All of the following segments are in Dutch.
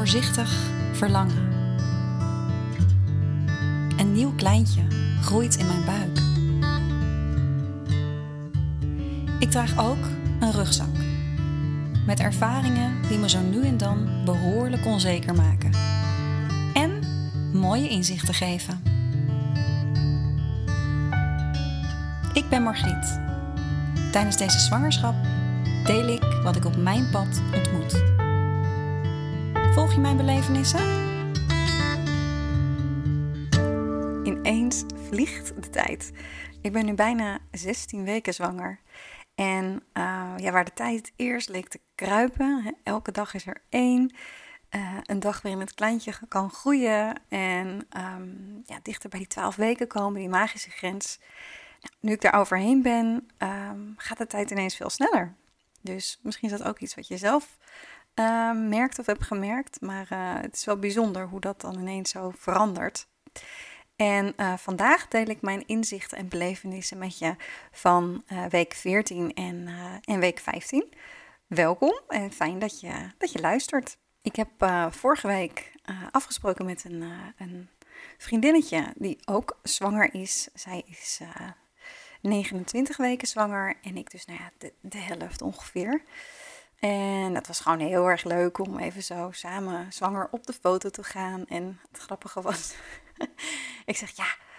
voorzichtig verlangen. Een nieuw kleintje groeit in mijn buik. Ik draag ook een rugzak. Met ervaringen die me zo nu en dan behoorlijk onzeker maken. En mooie inzichten geven. Ik ben Margriet. Tijdens deze zwangerschap deel ik wat ik op mijn pad ontmoet. Volg je mijn belevenissen? Ineens vliegt de tijd. Ik ben nu bijna 16 weken zwanger. En waar de tijd eerst leek te kruipen, elke dag is er één. Een dag waarin het kleintje kan groeien en dichter bij die 12 weken komen, die magische grens. Nou, nu ik daar overheen ben, gaat de tijd ineens veel sneller. Dus misschien is dat ook iets wat je zelf merkt of hebt gemerkt. Maar het is wel bijzonder hoe dat dan ineens zo verandert. En vandaag deel ik mijn inzichten en belevenissen met je van week 14 en week 15. Welkom en fijn dat je luistert. Ik heb vorige week afgesproken met een vriendinnetje die ook zwanger is. Zij is 29 weken zwanger en ik dus de helft ongeveer. En dat was gewoon heel erg leuk om even zo samen zwanger op de foto te gaan. En het grappige was, ik zeg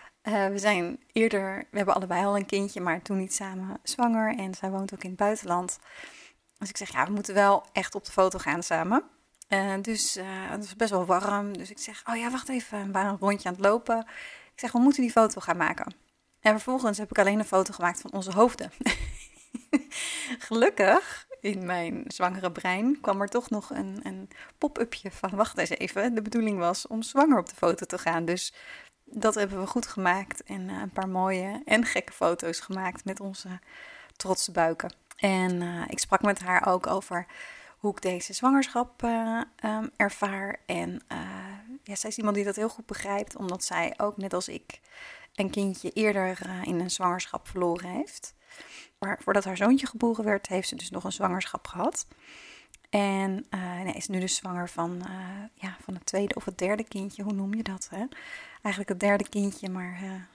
we hebben allebei al een kindje, maar toen niet samen zwanger. En zij woont ook in het buitenland. Dus ik zeg, we moeten wel echt op de foto gaan samen. Dus het was best wel warm. Dus ik zeg, wacht even, we waren een rondje aan het lopen. Ik zeg, we moeten die foto gaan maken. En vervolgens heb ik alleen een foto gemaakt van onze hoofden. Gelukkig, in mijn zwangere brein, kwam er toch nog een pop-upje van, wacht eens even. De bedoeling was om zwanger op de foto te gaan. Dus dat hebben we goed gemaakt. En een paar mooie en gekke foto's gemaakt met onze trotse buiken. En ik sprak met haar ook over hoe ik deze zwangerschap ervaar. En zij is iemand die dat heel goed begrijpt, omdat zij ook, net als ik, een kindje eerder in een zwangerschap verloren heeft. Maar voordat haar zoontje geboren werd, heeft ze dus nog een zwangerschap gehad. En is nu dus zwanger van het tweede of het derde kindje. Hoe noem je dat? Hè? Eigenlijk het derde kindje, maar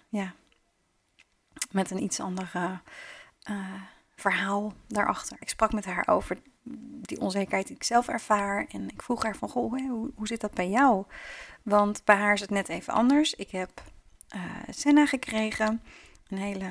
met een iets ander verhaal daarachter. Ik sprak met haar over die onzekerheid die ik zelf ervaar. En ik vroeg haar van, hoe zit dat bij jou? Want bij haar is het net even anders. Ik heb Senna gekregen. Een hele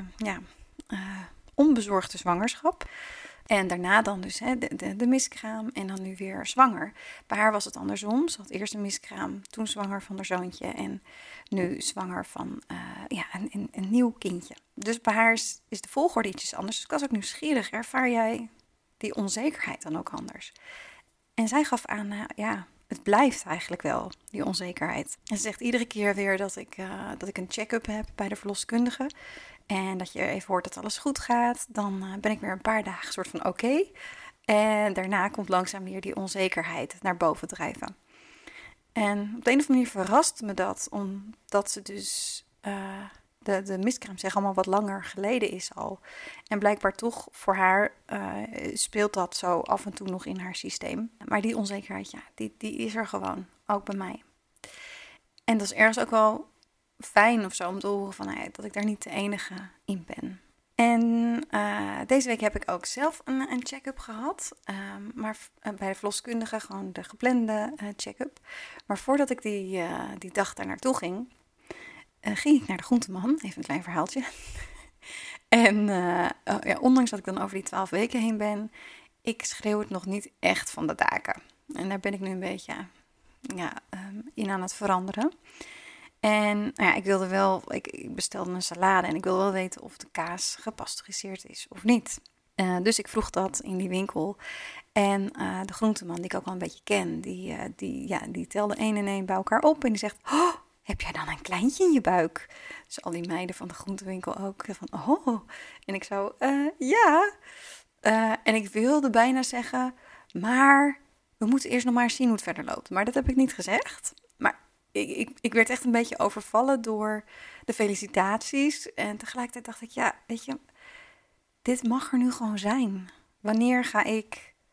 onbezorgde zwangerschap. En daarna dan dus de miskraam en dan nu weer zwanger. Bij haar was het andersom. Ze had eerst een miskraam, toen zwanger van haar zoontje. En nu zwanger van een nieuw kindje. Dus bij haar is de volgorde ietsjes anders. Dus ik was ook nieuwsgierig. Ervaar jij die onzekerheid dan ook anders? En zij gaf aan, het blijft eigenlijk wel, die onzekerheid. En ze zegt iedere keer weer dat ik een check-up heb bij de verloskundige. En dat je even hoort dat alles goed gaat. Dan ben ik weer een paar dagen soort van oké. En daarna komt langzaam weer die onzekerheid naar boven drijven. En op de een of andere manier verrast me dat. Omdat ze dus de miskraam zeg allemaal wat langer geleden is al. En blijkbaar toch voor haar speelt dat zo af en toe nog in haar systeem. Maar die onzekerheid, die is er gewoon. Ook bij mij. En dat is ergens ook wel fijn of zo om te horen van, dat ik daar niet de enige in ben. En deze week heb ik ook zelf een check-up gehad. Maar bij de verloskundige gewoon de geplande check-up. Maar voordat ik die dag daar naartoe ging, ging ik naar de groenteman. Even een klein verhaaltje. En ondanks dat ik dan over die 12 weken heen ben, ik schreeuw het nog niet echt van de daken. En daar ben ik nu een beetje in aan het veranderen. En ik bestelde een salade en ik wilde wel weten of de kaas gepasteuriseerd is of niet. Dus ik vroeg dat in die winkel. En de groenteman, die ik ook al een beetje ken, die telde 1 en 1 bij elkaar op. En die zegt, heb jij dan een kleintje in je buik? Dus al die meiden van de groentewinkel ook van, En ik zo, ja. En ik wilde bijna zeggen, maar we moeten eerst nog maar zien hoe het verder loopt. Maar dat heb ik niet gezegd. Maar ik werd echt een beetje overvallen door de felicitaties. En tegelijkertijd dacht ik, weet je, dit mag er nu gewoon zijn. Wanneer ga ik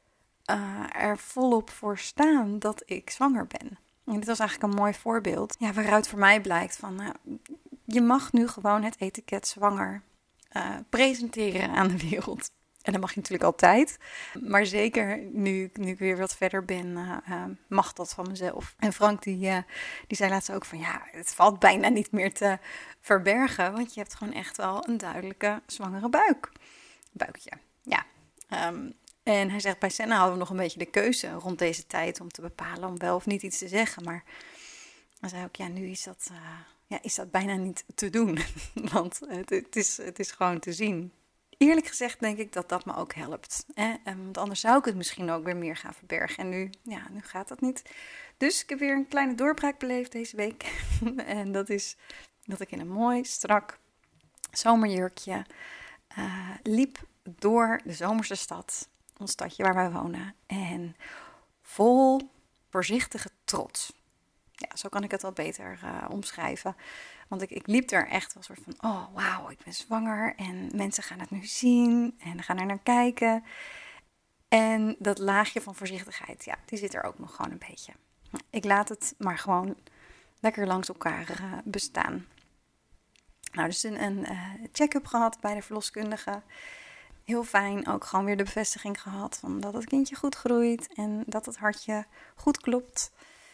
er volop voor staan dat ik zwanger ben. En dit was eigenlijk een mooi voorbeeld. Ja, waaruit voor mij blijkt van, je mag nu gewoon het etiket zwanger presenteren aan de wereld. En dat mag je natuurlijk altijd. Maar zeker nu ik weer wat verder ben, mag dat van mezelf. En Frank die zei laatst ook van, ja, het valt bijna niet meer te verbergen. Want je hebt gewoon echt wel een duidelijke zwangere buikje. Ja. En hij zegt, bij Senna hadden we nog een beetje de keuze rond deze tijd om te bepalen om wel of niet iets te zeggen. Maar hij zei ook, ja, nu is dat bijna niet te doen. Want het is gewoon te zien. Eerlijk gezegd denk ik dat dat me ook helpt. Want anders zou ik het misschien ook weer meer gaan verbergen. En nu gaat dat niet. Dus ik heb weer een kleine doorbraak beleefd deze week. En dat is dat ik in een mooi, strak zomerjurkje liep door de zomerse stad. Ons stadje waar wij wonen. En vol voorzichtige trots. Ja, zo kan ik het wel beter omschrijven. Want ik liep er echt wel een soort van, oh wauw, ik ben zwanger. En mensen gaan het nu zien en gaan er naar kijken. En dat laagje van voorzichtigheid, ja, die zit er ook nog gewoon een beetje. Ik laat het maar gewoon lekker langs elkaar bestaan. Nou, dus een check-up gehad bij de verloskundige. Heel fijn, ook gewoon weer de bevestiging gehad van dat het kindje goed groeit en dat het hartje goed klopt.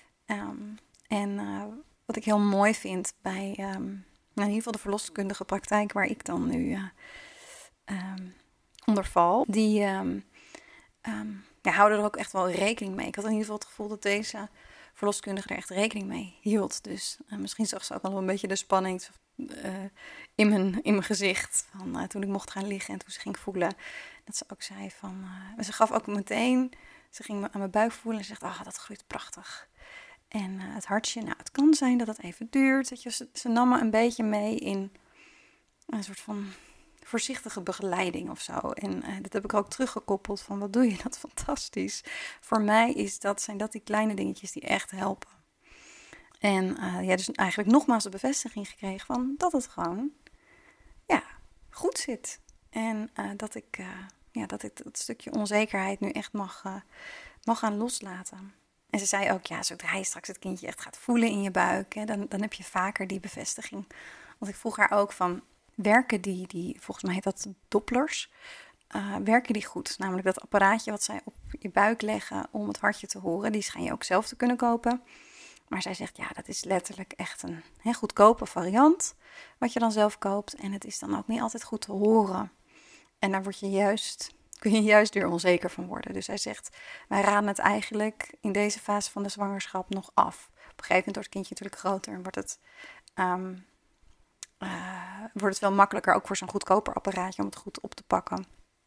Wat ik heel mooi vind bij in ieder geval de verloskundige praktijk waar ik dan nu onder val, die houden er ook echt wel rekening mee. Ik had in ieder geval het gevoel dat deze verloskundige er echt rekening mee hield. Dus misschien zag ze ook al een beetje de spanning in mijn gezicht van toen ik mocht gaan liggen en toen ze ging voelen. Dat ze ook zei van, ze gaf ook meteen, ze ging aan mijn buik voelen en zegt, dat groeit prachtig. En het hartje, nou, het kan zijn dat het even duurt. Dat ze nam me een beetje mee in een soort van voorzichtige begeleiding of zo. En dat heb ik ook teruggekoppeld van, wat doe je dat fantastisch. Voor mij zijn dat die kleine dingetjes die echt helpen. En dus eigenlijk nogmaals de bevestiging gekregen van dat het gewoon, goed zit. En dat ik dat stukje onzekerheid nu echt mag gaan loslaten. En ze zei ook, ja, zodra je straks het kindje echt gaat voelen in je buik, hè, dan heb je vaker die bevestiging. Want ik vroeg haar ook van, werken die volgens mij heet dat Dopplers, werken die goed? Namelijk dat apparaatje wat zij op je buik leggen om het hartje te horen, die schijn je ook zelf te kunnen kopen. Maar zij zegt, ja, dat is letterlijk echt een goedkope variant wat je dan zelf koopt. En het is dan ook niet altijd goed te horen. En daar kun je juist weer onzeker van worden. Dus hij zegt, wij raden het eigenlijk in deze fase van de zwangerschap nog af. Op een gegeven moment wordt het kindje natuurlijk groter en wordt het wel makkelijker, ook voor zo'n goedkoper apparaatje, om het goed op te pakken.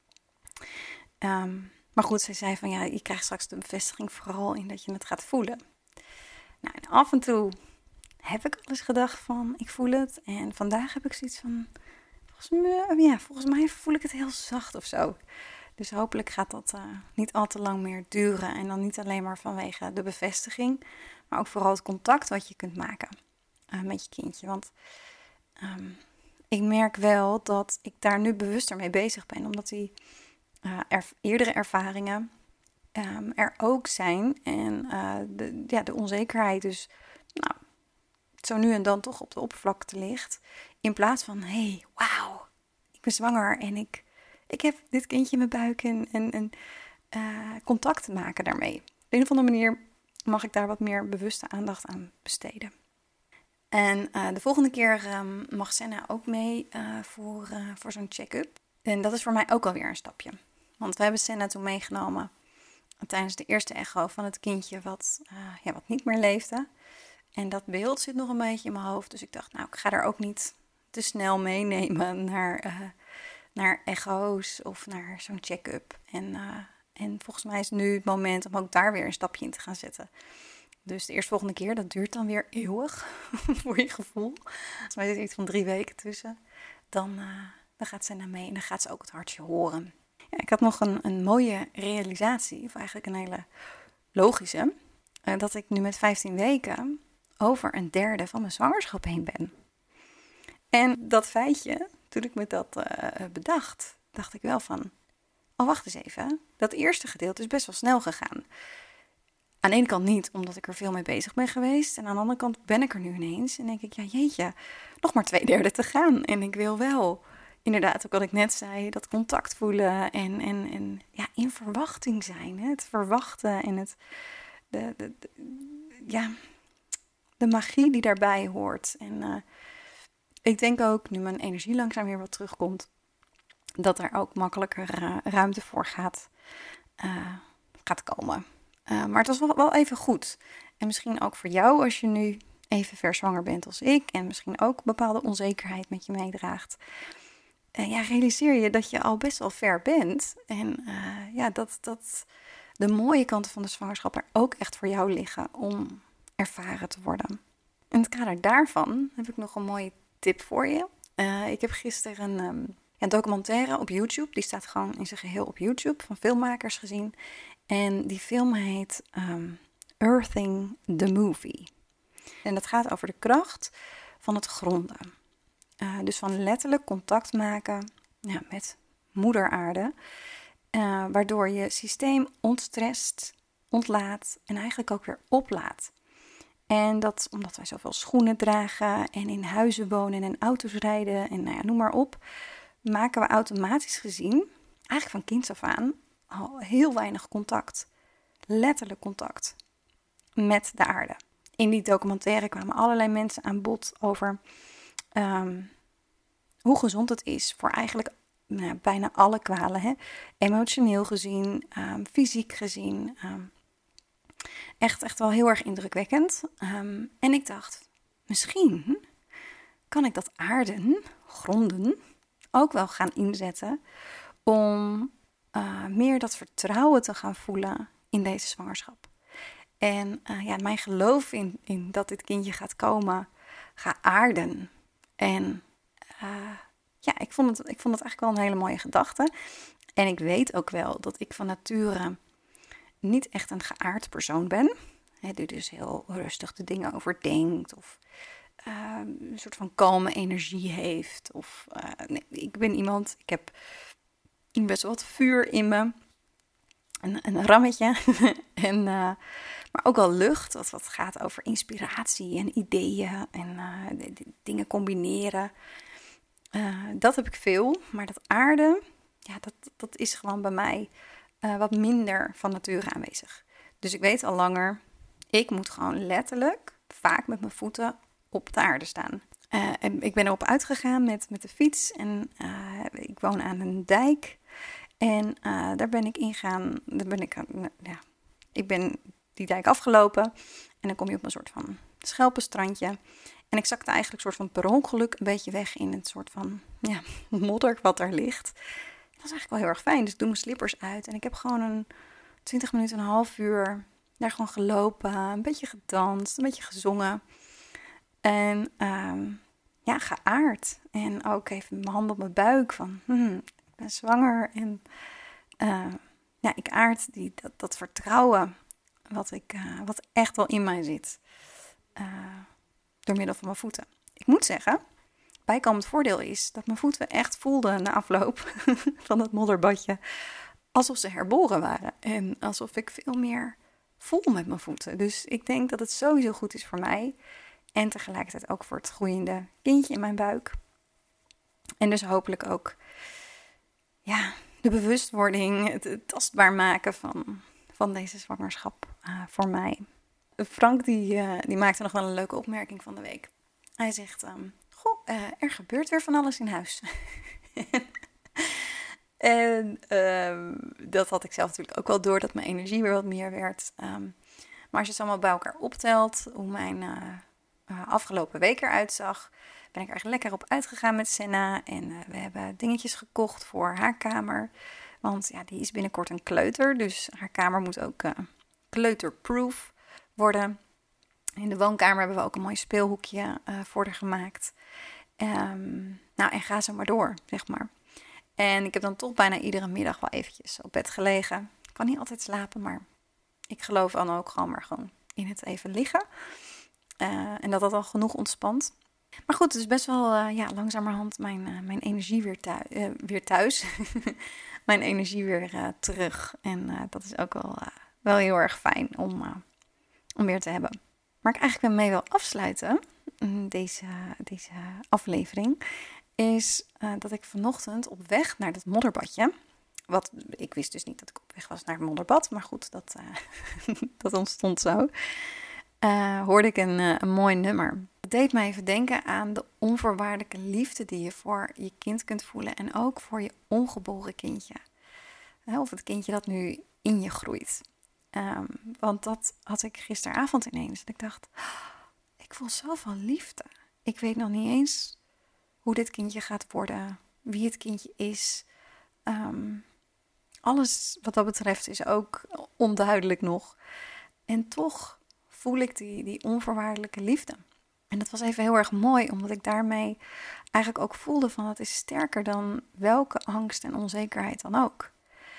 Maar goed, zij zei van, ja, je krijgt straks de bevestiging vooral in dat je het gaat voelen. Nou, en af en toe heb ik al eens gedacht van, ik voel het. En vandaag heb ik zoiets van, volgens mij voel ik het heel zacht of zo. Dus hopelijk gaat dat niet al te lang meer duren. En dan niet alleen maar vanwege de bevestiging, maar ook vooral het contact wat je kunt maken met je kindje. Want ik merk wel dat ik daar nu bewuster mee bezig ben. Omdat die eerdere ervaringen er ook zijn. En de onzekerheid dus zo nu en dan toch op de oppervlakte ligt. In plaats van, hey, wauw, ik ben zwanger en ik heb dit kindje in mijn buik en contact te maken daarmee. Op een of andere manier mag ik daar wat meer bewuste aandacht aan besteden. En de volgende keer mag Senna ook mee voor zo'n check-up. En dat is voor mij ook alweer een stapje. Want we hebben Senna toen meegenomen tijdens de eerste echo van het kindje wat niet meer leefde. En dat beeld zit nog een beetje in mijn hoofd. Dus ik dacht, ik ga er ook niet te snel meenemen naar echo's of naar zo'n check-up. En volgens mij is nu het moment om ook daar weer een stapje in te gaan zetten. Dus de eerstvolgende keer, dat duurt dan weer eeuwig, voor je gevoel. Volgens mij zit er iets van 3 weken tussen. Dan gaat ze naar mee en dan gaat ze ook het hartje horen. Ja, ik had nog een mooie realisatie, of eigenlijk een hele logische. Dat ik nu met 15 weken over een derde van mijn zwangerschap heen ben. En dat feitje, toen ik me dat bedacht, dacht ik wel van, oh wacht eens even, dat eerste gedeelte is best wel snel gegaan. Aan de ene kant niet, omdat ik er veel mee bezig ben geweest. En aan de andere kant ben ik er nu ineens. En denk ik, ja jeetje, nog maar 2/3 te gaan. En ik wil wel, inderdaad, ook wat ik net zei, dat contact voelen. En ja, in verwachting zijn. Hè? Het verwachten en de magie die daarbij hoort. En ik denk ook, nu mijn energie langzaam weer wat terugkomt, dat er ook makkelijker ruimte voor gaat komen. Maar het was wel even goed. En misschien ook voor jou als je nu even verzwanger bent als ik. En misschien ook bepaalde onzekerheid met je meedraagt. Realiseer je dat je al best wel ver bent. En dat de mooie kanten van de zwangerschap er ook echt voor jou liggen om ervaren te worden. In het kader daarvan heb ik nog een mooie tip voor je. Ik heb gisteren een documentaire op YouTube. Die staat gewoon in zijn geheel op YouTube van filmmakers gezien. En die film heet Earthing the Movie. En dat gaat over de kracht van het gronden. Dus van letterlijk contact maken met moeder aarde. Waardoor je systeem ontstrest, ontlaat en eigenlijk ook weer oplaat. En dat omdat wij zoveel schoenen dragen en in huizen wonen en auto's rijden en noem maar op, maken we automatisch gezien, eigenlijk van kinds af aan, al heel weinig contact. Letterlijk contact met de aarde. In die documentaire kwamen allerlei mensen aan bod over hoe gezond het is voor eigenlijk bijna alle kwalen. Hè? Emotioneel gezien, fysiek gezien. Echt wel heel erg indrukwekkend. En ik dacht, misschien kan ik dat aarden, gronden, ook wel gaan inzetten om meer dat vertrouwen te gaan voelen in deze zwangerschap. En mijn geloof in dat dit kindje gaat komen, ga aarden. En ik vond het eigenlijk wel een hele mooie gedachte. En ik weet ook wel dat ik van nature niet echt een geaard persoon ben. Die dus heel rustig de dingen overdenkt of een soort van kalme energie heeft. Ik ben iemand, ik heb best wel wat vuur in me. Een rammetje. Maar ook al lucht, wat gaat over inspiratie en ideeën en dingen combineren. Dat heb ik veel, maar dat aarde, dat is gewoon bij mij wat minder van nature aanwezig. Dus ik weet al langer, ik moet gewoon letterlijk vaak met mijn voeten op de aarde staan. En ik ben erop uitgegaan met de fiets en ik woon aan een dijk. En daar ben ik ingaan, ik ben die dijk afgelopen en dan kom je op een soort van schelpenstrandje. En ik zakte eigenlijk soort van per ongeluk een beetje weg in het soort van modder wat er ligt. Dat was eigenlijk wel heel erg fijn, dus ik doe mijn slippers uit en ik heb gewoon een 20 minuten, een half uur daar gewoon gelopen, een beetje gedanst, een beetje gezongen. En geaard. En ook even mijn hand op mijn buik van, ik ben zwanger. En ik aard dat vertrouwen wat echt wel in mij zit. Door middel van mijn voeten. Ik moet zeggen, bijkomend voordeel is dat mijn voeten echt voelden na afloop van het modderbadje alsof ze herboren waren. En alsof ik veel meer voel met mijn voeten. Dus ik denk dat het sowieso goed is voor mij. En tegelijkertijd ook voor het groeiende kindje in mijn buik. En dus hopelijk ook de bewustwording, het tastbaar maken van deze zwangerschap voor mij. Frank die maakte nog wel een leuke opmerking van de week. Hij zegt, er gebeurt weer van alles in huis. En dat had ik zelf natuurlijk ook wel door, dat mijn energie weer wat meer werd. Maar als je het allemaal bij elkaar optelt, hoe mijn afgelopen week eruit zag, ben ik er echt lekker op uitgegaan met Senna. En we hebben dingetjes gekocht voor haar kamer. Want die is binnenkort een kleuter, dus haar kamer moet ook kleuterproof worden. In de woonkamer hebben we ook een mooi speelhoekje voor haar gemaakt. En ga zo maar door, zeg maar. En ik heb dan toch bijna iedere middag wel eventjes op bed gelegen. Ik kan niet altijd slapen, maar ik geloof dan ook gewoon in het even liggen. En dat al genoeg ontspant. Maar goed, het is best wel langzamerhand mijn energie weer thuis. Mijn energie weer terug. En dat is ook wel heel erg fijn om weer te hebben. Waar ik eigenlijk mee wil afsluiten, deze aflevering, is dat ik vanochtend op weg naar dat modderbadje. Ik wist dus niet dat ik op weg was naar het modderbad, maar goed, dat ontstond zo. Hoorde ik een mooi nummer. Het deed mij even denken aan de onvoorwaardelijke liefde die je voor je kind kunt voelen. En ook voor je ongeboren kindje. Of het kindje dat nu in je groeit. Want dat had ik gisteravond ineens. Dat ik dacht, ik voel zoveel liefde. Ik weet nog niet eens hoe dit kindje gaat worden. Wie het kindje is. Alles wat dat betreft is ook onduidelijk nog. En toch voel ik die onvoorwaardelijke liefde. En dat was even heel erg mooi, omdat ik daarmee eigenlijk ook voelde van het is sterker dan welke angst en onzekerheid dan ook.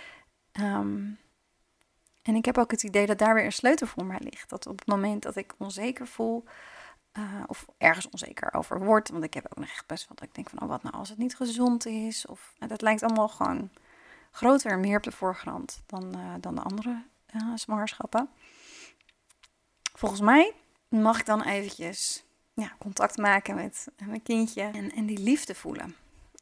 En ik heb ook het idee dat daar weer een sleutel voor mij ligt. Dat op het moment dat ik onzeker voel, of ergens onzeker over word, want ik heb ook nog echt best wel dat ik denk van, wat nou als het niet gezond is? Of dat lijkt allemaal gewoon groter en meer op de voorgrond dan de andere zwangerschappen. Volgens mij mag ik dan eventjes contact maken met mijn kindje en die liefde voelen.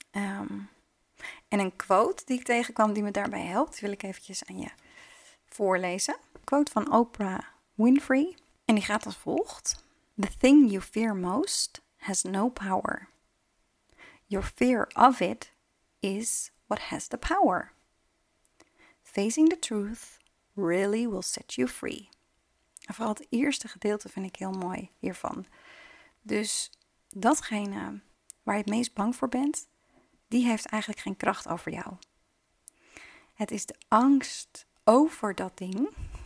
En een quote die ik tegenkwam die me daarbij helpt, die wil ik eventjes aan je voorlezen. Een quote van Oprah Winfrey. En die gaat als volgt. The thing you fear most has no power. Your fear of it is what has the power. Facing the truth really will set you free. En vooral het eerste gedeelte vind ik heel mooi hiervan. Dus datgene waar je het meest bang voor bent, die heeft eigenlijk geen kracht over jou. Het is de angst over dat ding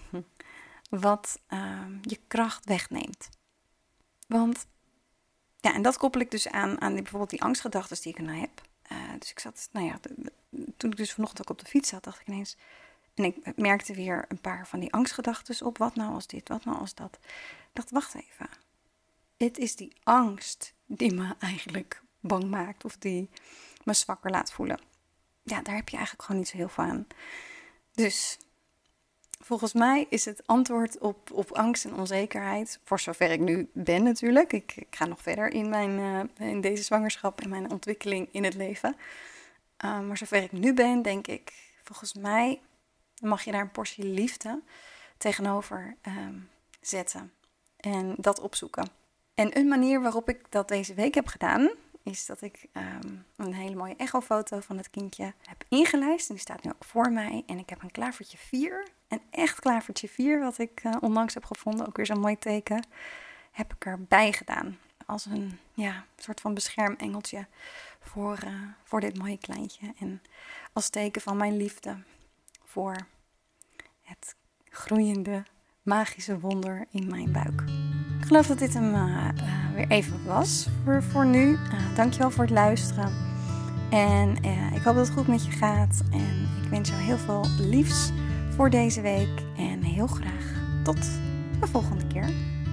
wat je kracht wegneemt. Want, en dat koppel ik dus aan bijvoorbeeld die angstgedachten die ik nou heb. Dus ik zat, toen ik dus vanochtend ook op de fiets zat, dacht ik ineens, en ik merkte weer een paar van die angstgedachten op. Wat nou als dit, wat nou als dat? Ik dacht, wacht even. Het is die angst die me eigenlijk bang maakt of die me zwakker laat voelen. Ja, daar heb je eigenlijk gewoon niet zo heel veel aan. Dus volgens mij is het antwoord op angst en onzekerheid, voor zover ik nu ben natuurlijk. Ik ga nog verder in deze zwangerschap en mijn ontwikkeling in het leven. Maar zover ik nu ben, denk ik, volgens mij mag je daar een portie liefde tegenover zetten en dat opzoeken. En een manier waarop ik dat deze week heb gedaan, is dat ik een hele mooie echofoto van het kindje heb ingelijst. En die staat nu ook voor mij. En ik heb een klavertje 4, een echt klavertje 4, wat ik onlangs heb gevonden. Ook weer zo'n mooi teken. Heb ik erbij gedaan. Als een soort van beschermengeltje voor dit mooie kleintje. En als teken van mijn liefde voor het groeiende magische wonder in mijn buik. Ik geloof dat dit hem weer even was voor nu. Dankjewel voor het luisteren. En ik hoop dat het goed met je gaat. En ik wens jou heel veel liefs voor deze week. En heel graag tot de volgende keer.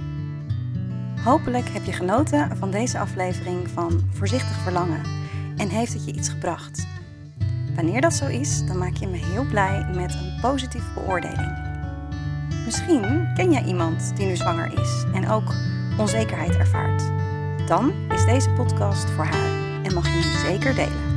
Hopelijk heb je genoten van deze aflevering van Voorzichtig Verlangen. En heeft het je iets gebracht. Wanneer dat zo is, dan maak je me heel blij met een positieve beoordeling. Misschien ken jij iemand die nu zwanger is en ook onzekerheid ervaart. Dan is deze podcast voor haar en mag je hem zeker delen.